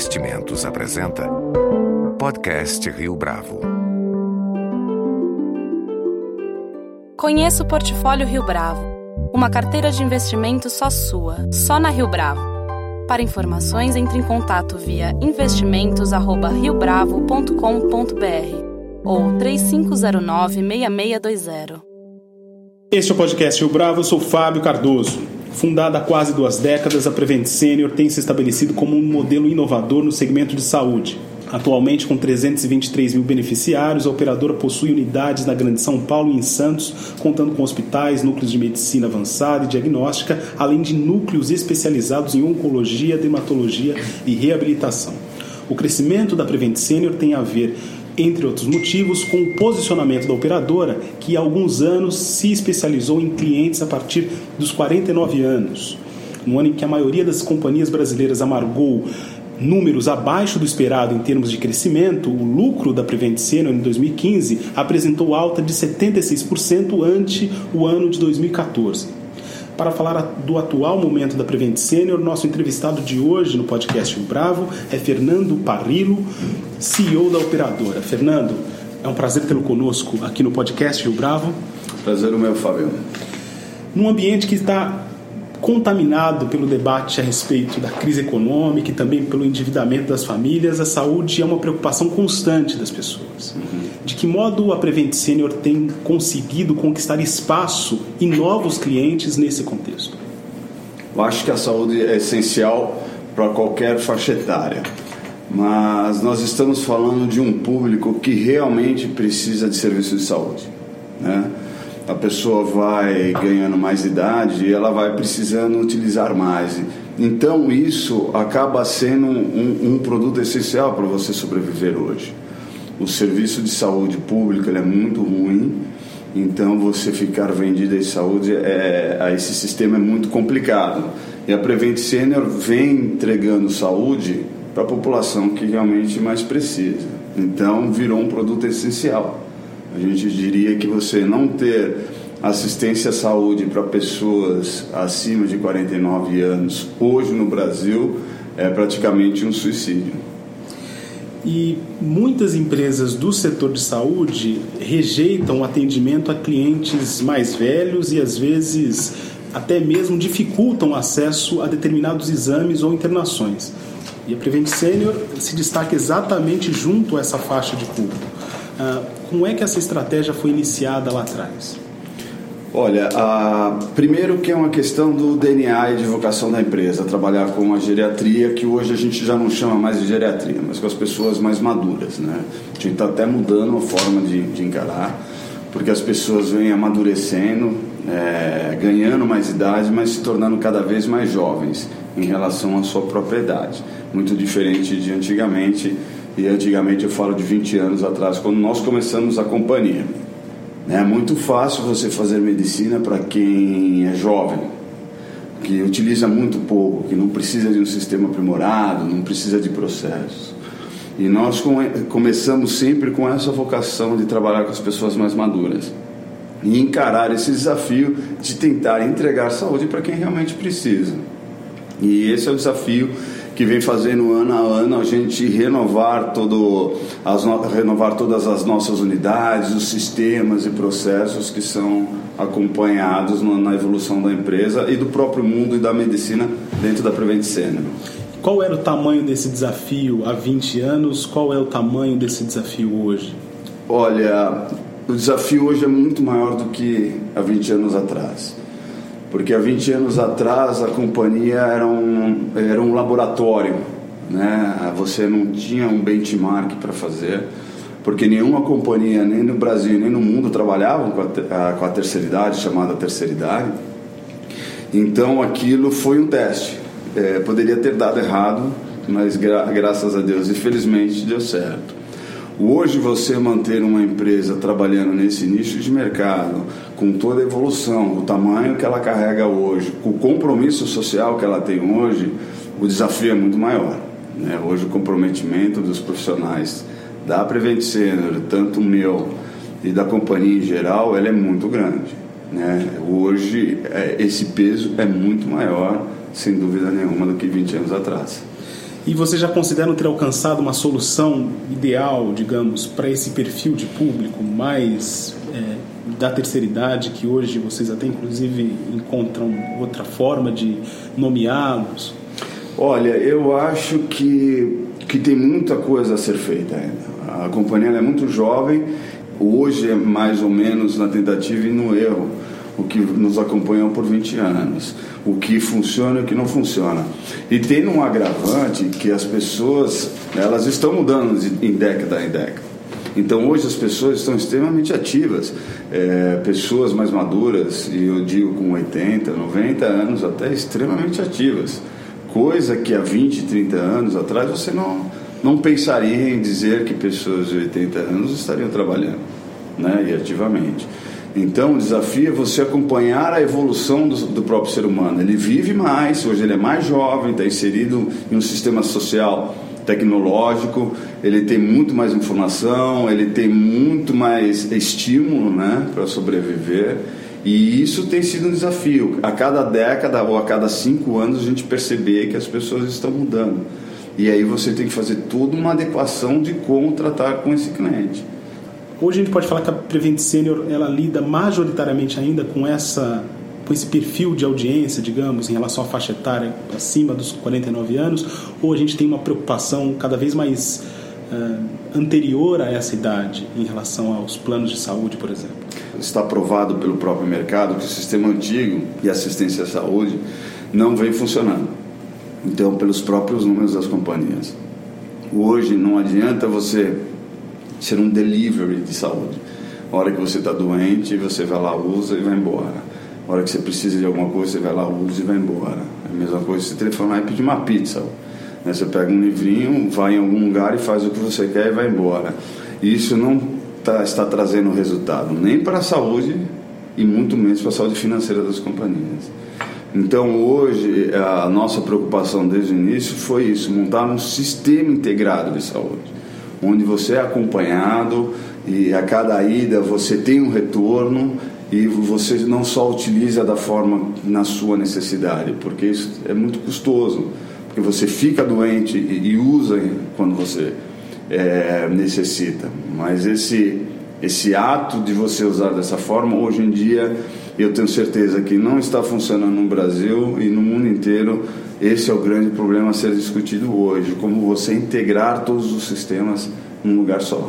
Investimentos apresenta Podcast Rio Bravo. Conheça o Portfólio Rio Bravo, uma carteira de investimentos só sua, só na Rio Bravo. Para informações, entre em contato via investimentos@riobravo.com.br ou 3509-6620. Este é o Podcast Rio Bravo, eu sou Fábio Cardoso. Fundada há quase 2 décadas, a Prevent Senior tem se estabelecido como um modelo inovador no segmento de saúde. Atualmente, com 323 mil beneficiários, a operadora possui unidades na Grande São Paulo e em Santos, contando com hospitais, núcleos de medicina avançada e diagnóstica, além de núcleos especializados em oncologia, dermatologia e reabilitação. O crescimento da Prevent Senior tem a ver, entre outros motivos, com o posicionamento da operadora, que há alguns anos se especializou em clientes a partir dos 49 anos. No ano em que a maioria das companhias brasileiras amargou números abaixo do esperado em termos de crescimento, o lucro da Prevent Senior em 2015 apresentou alta de 76% ante o ano de 2014. Para falar do atual momento da Prevent Senior, nosso entrevistado de hoje no podcast Rio Bravo é Fernando Parrillo, CEO da operadora. Fernando, é um prazer tê-lo conosco aqui no podcast Rio Bravo. Prazer o meu, Fábio. Num ambiente que está contaminado pelo debate a respeito da crise econômica e também pelo endividamento das famílias, a saúde é uma preocupação constante das pessoas. De que modo a Prevent Senior tem conseguido conquistar espaço e novos clientes nesse contexto? Eu acho que a saúde é essencial para qualquer faixa etária, mas nós estamos falando de um público que realmente precisa de serviços de saúde, né? A pessoa vai ganhando mais idade e ela vai precisando utilizar mais. Então isso acaba sendo um produto essencial para você sobreviver hoje. O serviço de saúde pública ele é muito ruim, então você ficar vendido em saúde, esse sistema é muito complicado. E a Prevent Senior vem entregando saúde para a população que realmente mais precisa. Então virou um produto essencial. A gente diria que você não ter assistência à saúde para pessoas acima de 49 anos hoje no Brasil é praticamente um suicídio. E muitas empresas do setor de saúde rejeitam o atendimento a clientes mais velhos e às vezes até mesmo dificultam o acesso a determinados exames ou internações. E a Prevent Senior se destaca exatamente junto a essa faixa de público. Como é que essa estratégia foi iniciada lá atrás? Olha, primeiro que é uma questão do DNA e de vocação da empresa, trabalhar com a geriatria, que hoje a gente já não chama mais de geriatria, mas com as pessoas mais maduras, né? A gente está até mudando a forma de encarar, porque as pessoas vêm amadurecendo, ganhando mais idade, mas se tornando cada vez mais jovens em relação à sua própria idade. Muito diferente de antigamente. E antigamente eu falo de 20 anos atrás, quando nós começamos a companhia. É muito fácil você fazer medicina para quem é jovem, que utiliza muito pouco, que não precisa de um sistema aprimorado, não precisa de processos. E nós começamos sempre com essa vocação de trabalhar com as pessoas mais maduras e encarar esse desafio de tentar entregar saúde para quem realmente precisa. E esse é o desafio que vem fazendo ano a ano a gente renovar todas as nossas unidades, os sistemas e processos que são acompanhados na evolução da empresa e do próprio mundo e da medicina dentro da Prevent Senior. Qual era o tamanho desse desafio há 20 anos? Qual é o tamanho desse desafio hoje? Olha, o desafio hoje é muito maior do que há 20 anos atrás. Porque há 20 anos atrás a companhia era um laboratório, né? Você não tinha um benchmark para fazer, porque nenhuma companhia, nem no Brasil nem no mundo, trabalhava com a terceira idade, chamada terceira idade. Então aquilo foi um teste. Poderia ter dado errado, mas graças a Deus e felizmente deu certo. Hoje você manter uma empresa trabalhando nesse nicho de mercado, com toda a evolução, o tamanho que ela carrega hoje, com o compromisso social que ela tem hoje, o desafio é muito maior, né? Hoje o comprometimento dos profissionais da Prevent Senior, tanto o meu e da companhia em geral, ele é muito grande, né? Hoje esse peso é muito maior, sem dúvida nenhuma, do que 20 anos atrás. E vocês já consideram ter alcançado uma solução ideal, digamos, para esse perfil de público mais da terceira idade, que hoje vocês até inclusive encontram outra forma de nomeá-los? Olha, eu acho que tem muita coisa a ser feita ainda. A companhia é muito jovem, hoje é mais ou menos na tentativa e no erro, o que nos acompanham por 20 anos, o que funciona e o que não funciona. E tem um agravante que as pessoas, elas estão mudando em década em década. Então hoje as pessoas estão extremamente ativas, pessoas mais maduras, e eu digo com 80, 90 anos até, extremamente ativas. Coisa que há 20, 30 anos atrás você não pensaria em dizer que pessoas de 80 anos estariam trabalhando, né, e ativamente. Então o desafio é você acompanhar a evolução do próprio ser humano. Ele vive mais, hoje ele é mais jovem, está inserido em um sistema social tecnológico, ele tem muito mais informação, ele tem muito mais estímulo, né, para sobreviver. E isso tem sido um desafio. A cada década ou a cada 5 anos a gente perceber que as pessoas estão mudando. E aí você tem que fazer toda uma adequação de como tratar com esse cliente. Hoje a gente pode falar que a Prevent Senior, ela lida majoritariamente ainda com esse perfil de audiência, digamos, em relação à faixa etária acima dos 49 anos, ou a gente tem uma preocupação cada vez mais anterior a essa idade em relação aos planos de saúde, por exemplo? Está provado pelo próprio mercado que o sistema antigo e assistência à saúde não vem funcionando. Então, pelos próprios números das companhias. Hoje não adianta você ser um delivery de saúde. A hora que você está doente, você vai lá, usa e vai embora. A hora que você precisa de alguma coisa, você vai lá, usa e vai embora. É a mesma coisa você telefonar e pedir uma pizza. Você pega um livrinho, vai em algum lugar e faz o que você quer e vai embora. Isso não está trazendo resultado nem para a saúde e muito menos para a saúde financeira das companhias. Então hoje a nossa preocupação desde o início foi isso, montar um sistema integrado de saúde, onde você é acompanhado e a cada ida você tem um retorno e você não só utiliza da forma na sua necessidade, porque isso é muito custoso, porque você fica doente e usa quando você necessita. Mas esse ato de você usar dessa forma, hoje em dia, eu tenho certeza que não está funcionando no Brasil e no mundo inteiro. Esse é o grande problema a ser discutido hoje, como você integrar todos os sistemas num lugar só.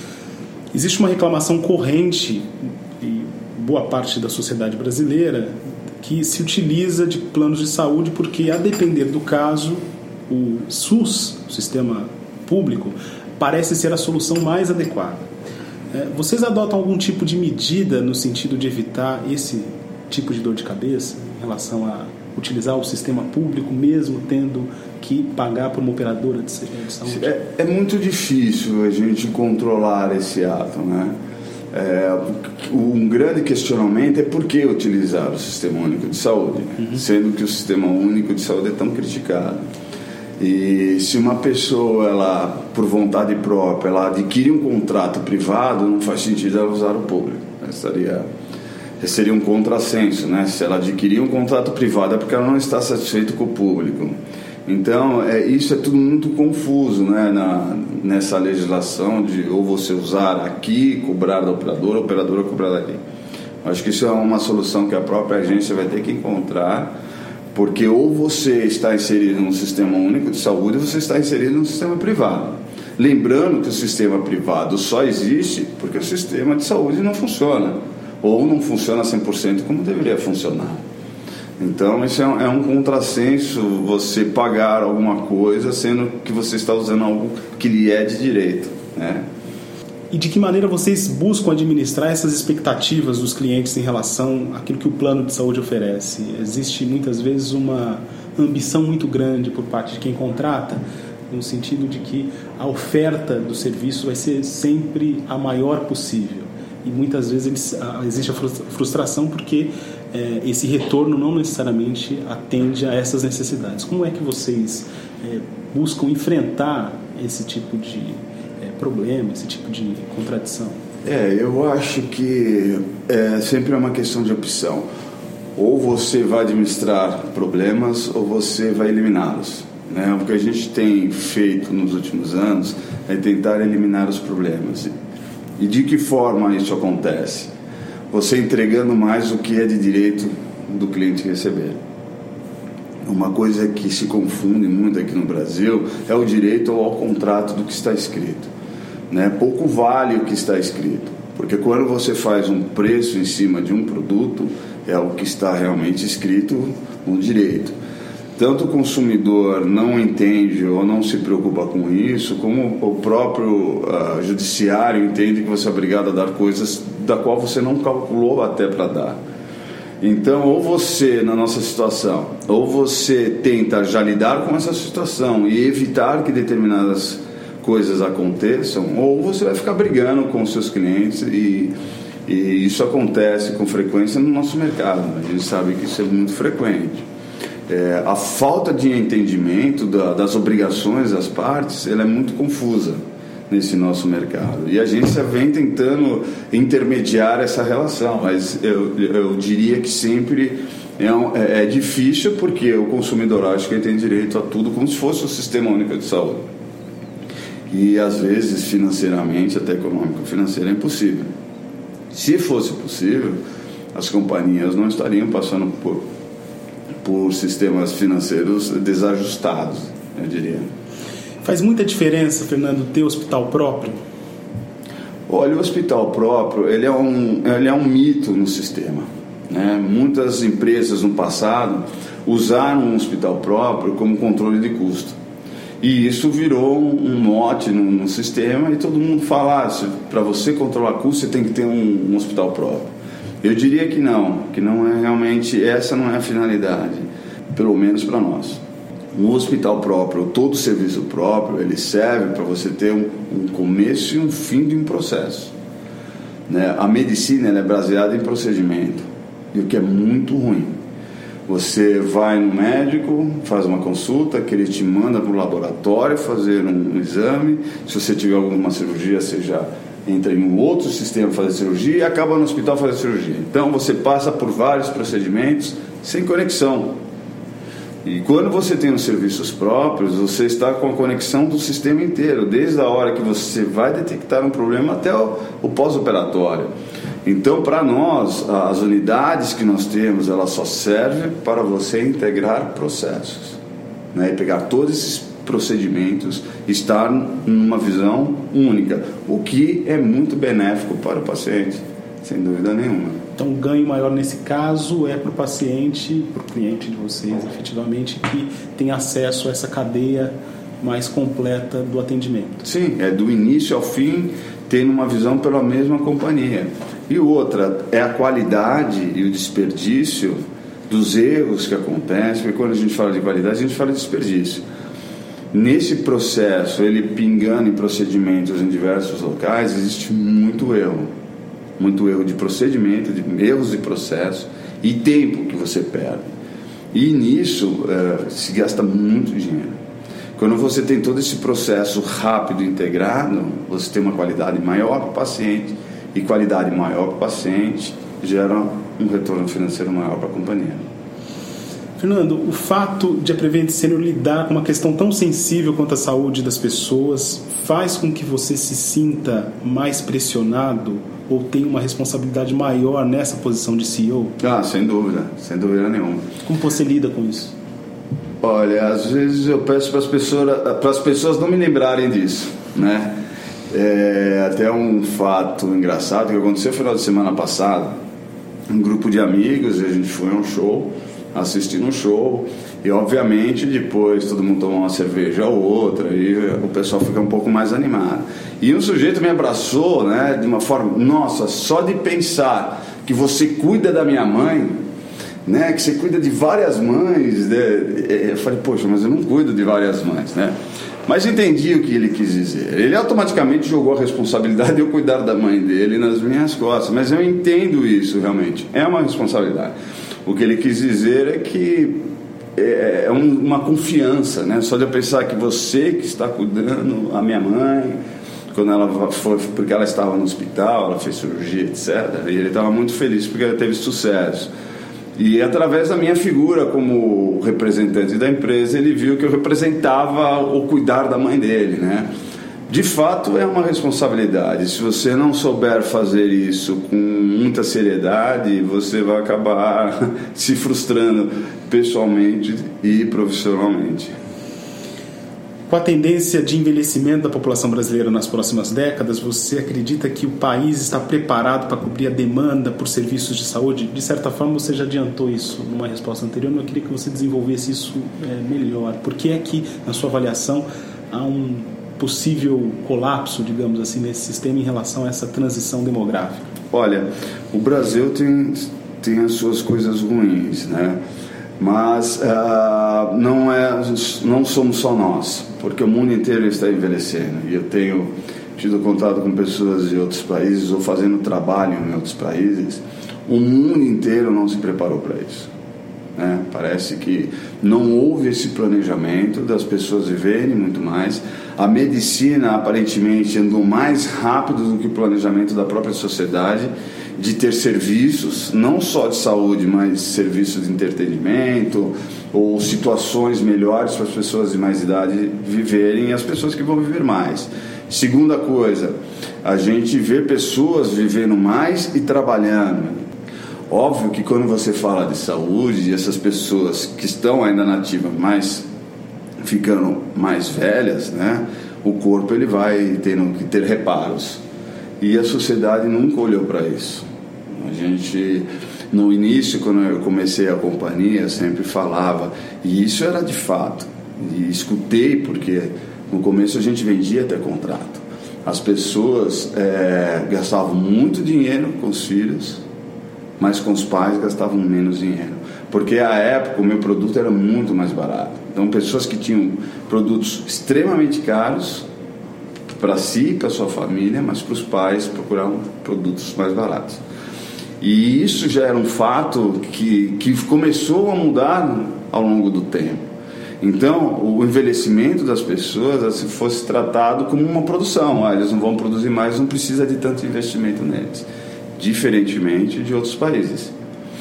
Existe uma reclamação corrente de boa parte da sociedade brasileira que se utiliza de planos de saúde porque, a depender do caso, o SUS, o sistema público, parece ser a solução mais adequada. Vocês adotam algum tipo de medida no sentido de evitar esse tipo de dor de cabeça em relação a utilizar o sistema público, mesmo tendo que pagar por uma operadora de saúde? É muito difícil a gente controlar esse ato, né? Um grande questionamento é por que utilizar o Sistema Único de Saúde, sendo que o Sistema Único de Saúde é tão criticado. E se uma pessoa, ela, por vontade própria, ela adquire um contrato privado, não faz sentido ela usar o público. Seria um contrassenso, né? Se ela adquirir um contrato privado é porque ela não está satisfeita com o público. Então, isso é tudo muito confuso, né? Nessa legislação de ou você usar aqui, cobrar da operadora, a operadora cobrar daqui. Acho que isso é uma solução que a própria agência vai ter que encontrar, porque ou você está inserido no Sistema Único de Saúde ou você está inserido no sistema privado. Lembrando que o sistema privado só existe porque o sistema de saúde não funciona, ou não funciona 100% como deveria funcionar. Então isso é um contrassenso, você pagar alguma coisa sendo que você está usando algo que lhe é de direito, né? E de que maneira vocês buscam administrar essas expectativas dos clientes em relação àquilo que o plano de saúde oferece? Existe muitas vezes uma ambição muito grande por parte de quem contrata, no sentido de que a oferta do serviço vai ser sempre a maior possível. E muitas vezes existe a frustração porque esse retorno não necessariamente atende a essas necessidades. Como é que vocês buscam enfrentar esse tipo de problema, esse tipo de contradição? Eu acho que sempre é uma questão de opção. Ou você vai administrar problemas ou você vai eliminá-los. né? O que a gente tem feito nos últimos anos é tentar eliminar os problemas. E de que forma isso acontece? Você entregando mais o que é de direito do cliente receber. Uma coisa que se confunde muito aqui no Brasil é o direito ao contrato do que está escrito, né? Pouco vale o que está escrito, porque quando você faz um preço em cima de um produto, é o que está realmente escrito no direito. Tanto o consumidor não entende ou não se preocupa com isso, como o próprio judiciário entende que você é obrigado a dar coisas da qual você não calculou até para dar. Então, ou você, na nossa situação, ou você tenta já lidar com essa situação e evitar que determinadas coisas aconteçam, ou você vai ficar brigando com os seus clientes e isso acontece com frequência no nosso mercado. A gente sabe que isso é muito frequente. A falta de entendimento das obrigações das partes, ela é muito confusa nesse nosso mercado, e a agência vem tentando intermediar essa relação, mas eu diria que sempre é difícil, porque o consumidor acha que ele tem direito a tudo como se fosse o Sistema Único de Saúde, e às vezes financeiramente, até econômico-financeiro, é impossível. Se fosse possível, as companhias não estariam passando por sistemas financeiros desajustados, eu diria. Faz muita diferença, Fernando, ter hospital próprio? Olha, o hospital próprio, ele é um mito no sistema, né? Muitas empresas no passado usaram um hospital próprio como controle de custo. E isso virou um mote no sistema, e todo mundo fala, para você controlar custo, você tem que ter um hospital próprio. Eu diria que não é realmente, essa não é a finalidade, pelo menos para nós. Um hospital próprio, todo serviço próprio, ele serve para você ter um começo e um fim de um processo, né? A medicina, ela é baseada em procedimento, e o que é muito ruim. Você vai no médico, faz uma consulta, que ele te manda para o laboratório fazer um exame. Se você tiver alguma cirurgia, você já entra em um outro sistema fazer cirurgia e acaba no hospital fazer cirurgia. Então você passa por vários procedimentos sem conexão. E quando você tem os serviços próprios, você está com a conexão do sistema inteiro, desde a hora que você vai detectar um problema até o pós-operatório. Então, para nós, as unidades que nós temos, elas só servem para você integrar processos, né? E pegar todos esses procedimentos, estar numa visão única, o que é muito benéfico para o paciente, sem dúvida nenhuma. Então, o ganho maior nesse caso é para o paciente, para o cliente de vocês, efetivamente, que tem acesso a essa cadeia mais completa do atendimento. Sim, é do início ao fim, tendo uma visão pela mesma companhia. E outra, é a qualidade e o desperdício dos erros que acontecem, porque quando a gente fala de qualidade, a gente fala de desperdício. Nesse processo, ele pingando em procedimentos em diversos locais, existe muito erro de procedimento, de erros de processo e tempo que você perde. E nisso se gasta muito dinheiro. Quando você tem todo esse processo rápido, integrado, você tem uma qualidade maior para o paciente, e qualidade maior para o paciente gera um retorno financeiro maior para a companhia. Fernando, o fato de a Prevent Senior lidar com uma questão tão sensível quanto a saúde das pessoas faz com que você se sinta mais pressionado ou tenha uma responsabilidade maior nessa posição de CEO? Sem dúvida nenhuma. Como você lida com isso? Olha, às vezes eu peço para as pessoas não me lembrarem disso, né? Até um fato engraçado que aconteceu no final de semana passado. Um grupo de amigos, a gente foi a um show, assistindo um show, e obviamente depois todo mundo toma uma cerveja ou outra e o pessoal fica um pouco mais animado. E um sujeito me abraçou, né, de uma forma, nossa, só de pensar que cuida da minha mãe, né, que você cuida de várias mães, né? Eu falei, poxa, mas eu não cuido de várias mães, né? Mas entendi o que ele quis dizer. Ele automaticamente jogou a responsabilidade de eu cuidar da mãe dele nas minhas costas, mas eu entendo isso realmente, é uma responsabilidade. O que ele quis dizer é que é uma confiança, né? Só de eu pensar que você que está cuidando a minha mãe, quando ela foi, porque ela estava no hospital, ela fez cirurgia, etc. E ele estava muito feliz porque ela teve sucesso. E através da minha figura como representante da empresa, ele viu que eu representava o cuidar da mãe dele, né? De fato, é uma responsabilidade. Se você não souber fazer isso com muita seriedade, você vai acabar se frustrando pessoalmente e profissionalmente. Com a tendência de envelhecimento da população brasileira nas próximas décadas, você acredita que o país está preparado para cobrir a demanda por serviços de saúde? De certa forma, você já adiantou isso numa resposta anterior, mas eu queria que você desenvolvesse isso melhor. Por que é que, na sua avaliação, há um possível colapso, digamos assim, nesse sistema em relação a essa transição demográfica? Olha, o Brasil tem as suas coisas ruins, né? Mas não somos só nós, porque o mundo inteiro está envelhecendo. E eu tenho tido contato com pessoas de outros países ou fazendo trabalho em outros países. O mundo inteiro não se preparou para isso, né? Parece que não houve esse planejamento das pessoas viverem muito mais. A medicina aparentemente andou mais rápido do que o planejamento da própria sociedade de ter serviços, não só de saúde, mas serviços de entretenimento ou situações melhores para as pessoas de mais idade viverem e as pessoas que vão viver mais. Segunda coisa, a gente vê pessoas vivendo mais e trabalhando. Óbvio que quando você fala de saúde, essas pessoas que estão ainda na ativa, mas ficando mais velhas, né, o corpo ele vai tendo que ter reparos. E a sociedade nunca olhou para isso. A gente, no início, quando eu comecei a companhia, sempre falava, e isso era de fato, e escutei, porque no começo a gente vendia até contrato. As pessoas gastavam muito dinheiro com os filhos, mas com os pais gastavam menos dinheiro, porque à época o meu produto era muito mais barato. Então pessoas que tinham produtos extremamente caros para si e para sua família, mas para os pais procuravam produtos mais baratos. E isso já era um fato que começou a mudar ao longo do tempo. Então, o envelhecimento das pessoas, se fosse tratado como uma produção, eles não vão produzir mais, não precisa de tanto investimento neles, diferentemente de outros países.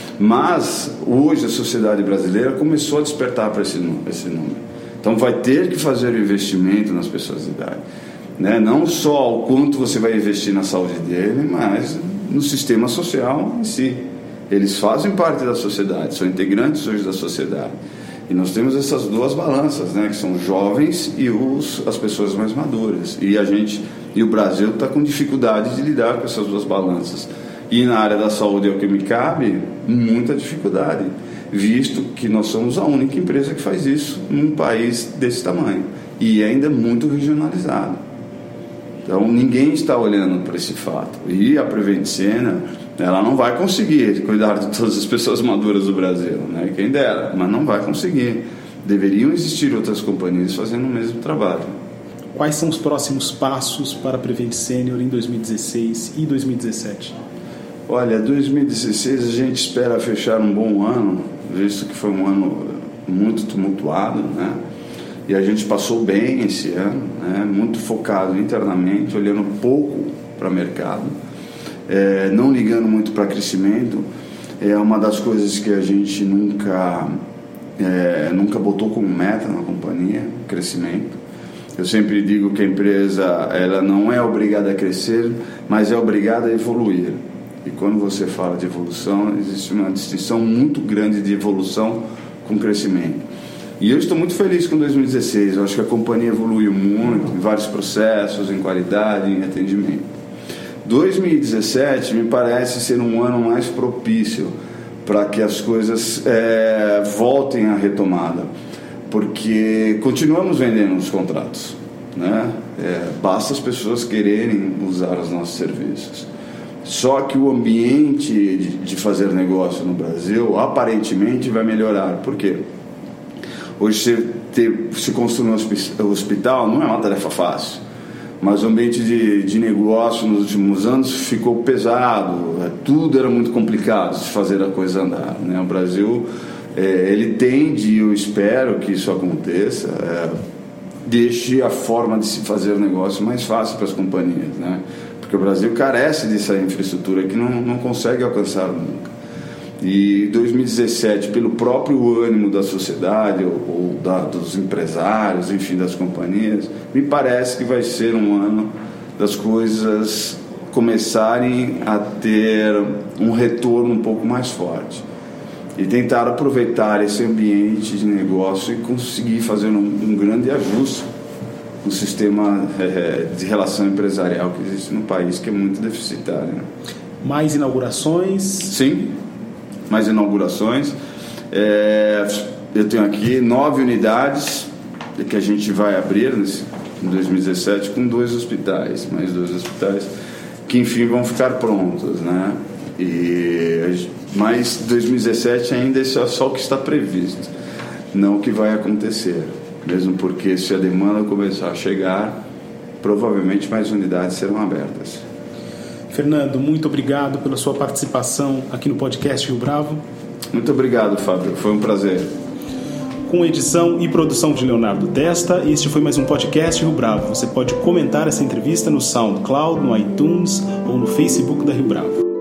Mas, hoje, a sociedade brasileira começou a despertar para esse número. Então, vai ter que fazer o investimento nas pessoas de idade. Né? Não só o quanto você vai investir na saúde dele, mas no sistema social em si. Eles fazem parte da sociedade, são integrantes hoje da sociedade. E nós temos essas duas balanças, né, que são os jovens e as pessoas mais maduras. E o Brasil está com dificuldade de lidar com essas duas balanças. E na área da saúde, é o que me cabe, muita dificuldade, visto que nós somos a única empresa que faz isso num país desse tamanho. E ainda muito regionalizado. Então ninguém está olhando para esse fato. E a Preventicena, ela não vai conseguir cuidar de todas as pessoas maduras do Brasil, né? Quem dera, mas não vai conseguir. Deveriam existir outras companhias fazendo o mesmo trabalho. Quais são os próximos passos para a Prevent Senior em 2016 e 2017? Olha, 2016 a gente espera fechar um bom ano, visto que foi um ano muito tumultuado, né? E a gente passou bem esse ano, né? Muito focado internamente, olhando pouco para o mercado, não ligando muito para crescimento. É uma das coisas que a gente nunca botou como meta na companhia, crescimento. Eu sempre digo que a empresa ela não é obrigada a crescer, mas é obrigada a evoluir. E quando você fala de evolução, existe uma distinção muito grande de evolução com crescimento. E eu estou muito feliz com 2016. Eu acho que a companhia evoluiu muito em vários processos, em qualidade, em atendimento. 2017 me parece ser um ano mais propício para que as coisas voltem à retomada, porque continuamos vendendo os contratos, né? Basta as pessoas quererem usar os nossos serviços. Só que o ambiente de fazer negócio no Brasil aparentemente vai melhorar. Por quê? Hoje se construir um hospital não é uma tarefa fácil, mas o ambiente de negócio nos últimos anos ficou pesado, tudo era muito complicado de fazer a coisa andar, né? O Brasil, ele tende, e eu espero que isso aconteça, deixe a forma de se fazer o negócio mais fácil para as companhias, né? Porque o Brasil carece dessa infraestrutura que não consegue alcançar nunca. E 2017, pelo próprio ânimo da sociedade ou dos empresários, enfim, das companhias, me parece que vai ser um ano das coisas começarem a ter um retorno um pouco mais forte. E tentar aproveitar esse ambiente de negócio e conseguir fazer um grande ajuste no sistema de relação empresarial que existe no país, que é muito deficitário. Né? Mais inaugurações? Sim, mais inaugurações. Eu tenho aqui 9 unidades que a gente vai abrir em 2017 com 2 hospitais, mais 2 hospitais que enfim vão ficar prontos, né? Mas 2017 ainda é só o que está previsto, não o que vai acontecer, mesmo porque se a demanda começar a chegar, provavelmente mais unidades serão abertas. Fernando, muito obrigado pela sua participação aqui no podcast Rio Bravo. Muito obrigado, Fábio, foi um prazer. Com edição e produção de Leonardo Testa, este foi mais um podcast Rio Bravo. Você pode comentar essa entrevista no SoundCloud, no iTunes ou no Facebook da Rio Bravo.